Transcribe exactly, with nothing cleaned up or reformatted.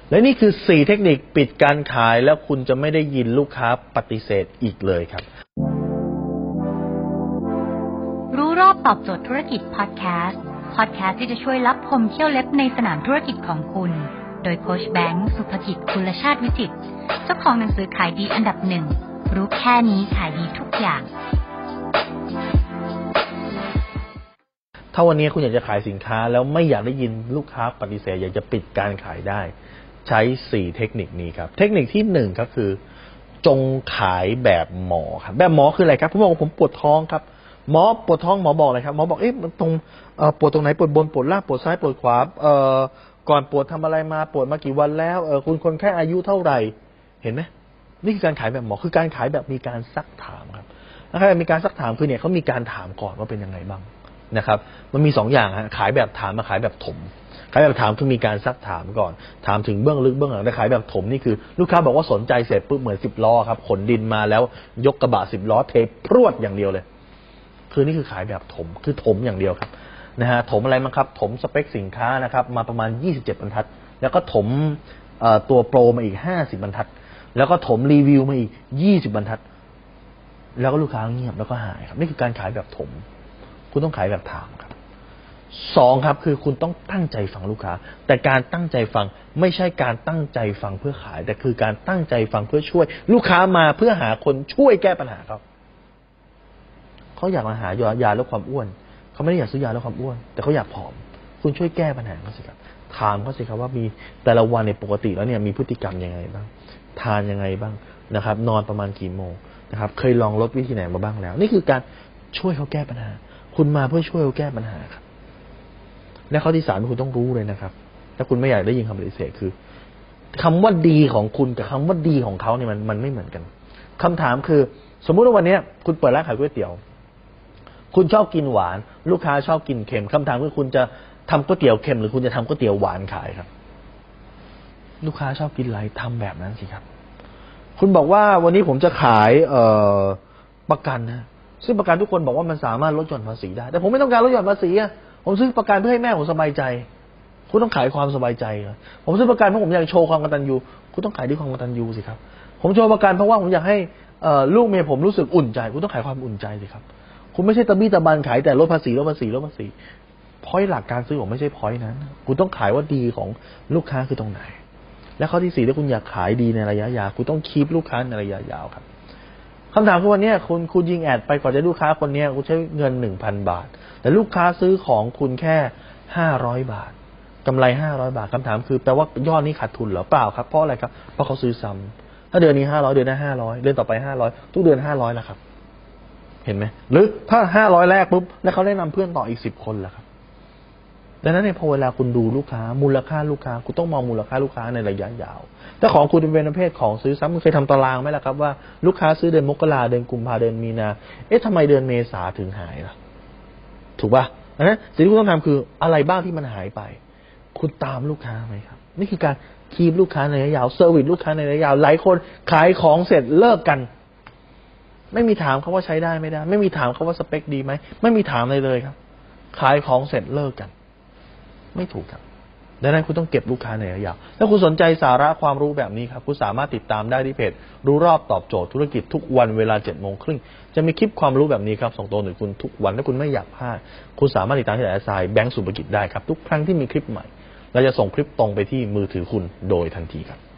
และนี่คือสี่เทคนิคปิดการขายแล้วคุณจะไม่ได้ยินลูกค้าปฏิเสธอีกเลยครับรู้รอบตอบโจทย์ธุรกิจพอดแคสต์พอดแคสต์ที่จะช่วยลับพมเที่ยวเล็บในสนามธุรกิจของคุณโดยโค้ชแบงค์สุภกิจกุลชาติวิจิตรเจ้าของหนังสือขายดีอันดับหนึ่งรู้แค่นี้ขายดีทุกอย่างถ้าวันนี้คุณอยากจะขายสินค้าแล้วไม่อยากได้ยินลูกค้าปฏิเสธอยากจะปิดการขายได้ใช้สี่เทคนิคนี้ครับเทคนิคที่หนึ่งก็คือจงขายแบบหมอครับแบบหมอคืออะไรครับผมบอกว่าผมปวดท้องครับหมอปวดท้องหมอบอกเลยครับหมอบอกเอ๊ะตรงปวดตรงไหนปวดบนปวดล่างปวดซ้ายปวดขวาเอ่อก่อนปวดทำอะไรมาปวดมากี่วันแล้วเออคุณคนแค่อายุเท่าไหร่เห็นไหมนี่คือการขายแบบหมอคือการขายแบบมีการซักถามครับนะครับมีการซักถามคือเนี่ยเขามีการถามก่อนว่าเป็นยังไงบ้างนะครับมันมีสองอย่างฮะขายแบบถามมาขายแบบถมขายแบบถามคือมีการซักถามก่อนถามถึงเบื้องลึกเบื้องหลังแต่ขายแบบถมนี่คือลูกค้าบอกว่าสนใจเสร็จปุ๊บเหมือนสิบล้อครับขนดินมาแล้วยกกระบะสิบล้อเทพรวดอย่างเดียวเลยคือนี่คือขายแบบถมคือถมอย่างเดียวครับนะฮะถมอะไรมั้งครับถมสเปคสินค้านะครับมาประมาณยี่สิบเจ็ดบรรทัดแล้วก็ถมตัวโปรมาอีกห้าสิบบรรทัดแล้วก็ถมรีวิวมาอีกยี่สิบบรรทัดแล้วก็ลูกค้าเงียบแล้วก็หายครับนี่คือการขายแบบถมคุณต้องขายแบบถามครับสองครับคือคุณต้องตั้งใจฟังลูกค้าแต่การตั้งใจฟังไม่ใช่การตั้งใจฟังเพื่อขายแต่คือการตั้งใจฟังเพื่อช่วยลูกค้ามาเพื่อหาคนช่วยแก้ปัญหาเขาเขาอยากมาหายาลดความอ้วนเขาไม่ได้อยากซื้อยาลดความอ้วนแต่เขาอยากผอมคุณช่วยแก้ปัญหาเขาสิครับถามเขาสิครับว่ามีแต่ละวันในปกติแล้วเนี่ยมีพฤติกรรมยังไงบ้างทานยังไงบ้างนะครับนอนประมาณกี่โมงนะครับเคยลองลดวิธีไหนมาบ้างแล้วนี่คือการช่วยเขาแก้ปัญหาคุณมาเพื่อช่วยเขาแก้ปัญหาครับและข้อที่สามที่คุณต้องรู้เลยนะครับถ้าคุณไม่อยากได้ยินคำปฏิเสธคือคำว่าดีของคุณกับคำว่าดีของเขาเนี่ยมันมันไม่เหมือนกันคำถามคือสมมุติว่าวันนี้คุณเปิดร้านขายก๋วยเตี๋ยวคุณชอบกินหวานลูกค้าชอบกินเค็มคำถามคือคุณจะทำก๋วยเตี๋ยวเค็มหรือคุณจะทำก๋วยเตี๋ยวหวานขายครับลูกค้าชอบกินอะไรทำแบบนั้นสิครับคุณบอกว่าวันนี้ผมจะขายเอ่อประกันนะซึ่งประกันทุกคนบอกว่ามันสามารถลดหย่อนภาษีได้แต่ผมไม่ต้องการลดหย่อนภาษีอ่ะผมซื้อประกันเพื่อให้แม่ผมสบายใจคุณต้องขายความสบายใจครับผมซื้อประกันเพราะผมอยากโชว์ความกตัญญูคุณต้องขายด้วยความกตัญญูสิครับผมโชว์ประกันเพราะว่าผมอยากให้ลูกเมียผมรู้สึกอุ่นใจคุณต้องขายความอุ่นใจสิครับคุณไม่ใช่ตะบี้ตะบันขายแต่ลดภาษีลดภาษีลดภาษีพอยต์หลักการซื้อผมไม่ใช่พอยต์นั้นคุณต้องขายว่าดีของลูกค้าคือตรงไหนและข้อที่สี่ถ้าคุณอยากขายดีในระยะยาวคุณต้องคีปลูกค้าในระยะยาวครับคำถามคือวันนี้คุณคุณยิงแอดไปก่อนจะลูกค้าคนนี้คุณใช้เงิน หนึ่งพัน บาทแต่ลูกค้าซื้อของคุณแค่ห้าร้อยบาทกำไรห้าร้อยบาทคำถามคือแปลว่ายอดนี้ขาดทุนเหรอเปล่าครับเพราะอะไรครับเพราะเขาซื้อซ้ำถ้าเดือนนี้ห้าร้อยเดือนหน้าห้าร้อยเดือนต่อไปห้าร้อยทุกเดือนห้าร้อยแล้วครับเห็นไหมหรือถ้าห้าร้อยแรกปุ๊บแล้วเขาแนะนำเพื่อนต่ออีกสิบคนล่ะครับดังนั้นในพอเวลาคุณดูลูกค้ามูลค่าลูกค้าคุณต้องมองมูลค่าลูกค้าในระยะยาวถ้าของคุณเป็นประเภทของซื้อซ้ำคุณเคยทำตารางไหมล่ะครับว่าลูกค้าซื้อเดือนมกราเดือนกุมภาเดือนมีนาเอ๊ะทำไมเดือนเมษาถึงหายล่ะถูกป่ะดังนั้นสิ่งที่คุณต้องทำคืออะไรบ้างที่มันหายไปคุณตามลูกค้าไหมครับนี่คือการคีปลูกค้าในระยะยาวเซอร์วิสลูกค้าในระยะยาวหลายคนขายของเสร็จเลิกกันไม่มีถามเขาว่าใช้ได้ไม่ได้ไม่มีถามเขาว่าสเปคดีไหมไม่มีถามเลยเลยครับขายของเสร็จเลิกกันไม่ถูกครับดังนั้นคุณต้องเก็บลูกค้าในระยะยาวถ้าคุณสนใจสาระความรู้แบบนี้ครับคุณสามารถติดตามได้ที่เพจรู้รอบตอบโจทย์ธุรกิจทุกวันเวลาเจ็ดโมงครึ่งจะมีคลิปความรู้แบบนี้ครับส่งตรงถึงคุณทุกวันถ้าคุณไม่อยากพลาดคุณสามารถติดตามที่แอดไซน์แบงก์สุภกิจได้ครับทุกครั้งที่มีคลิปใหม่เราจะส่งคลิปตรงไปที่มือถือคุณโดยทันทีครับ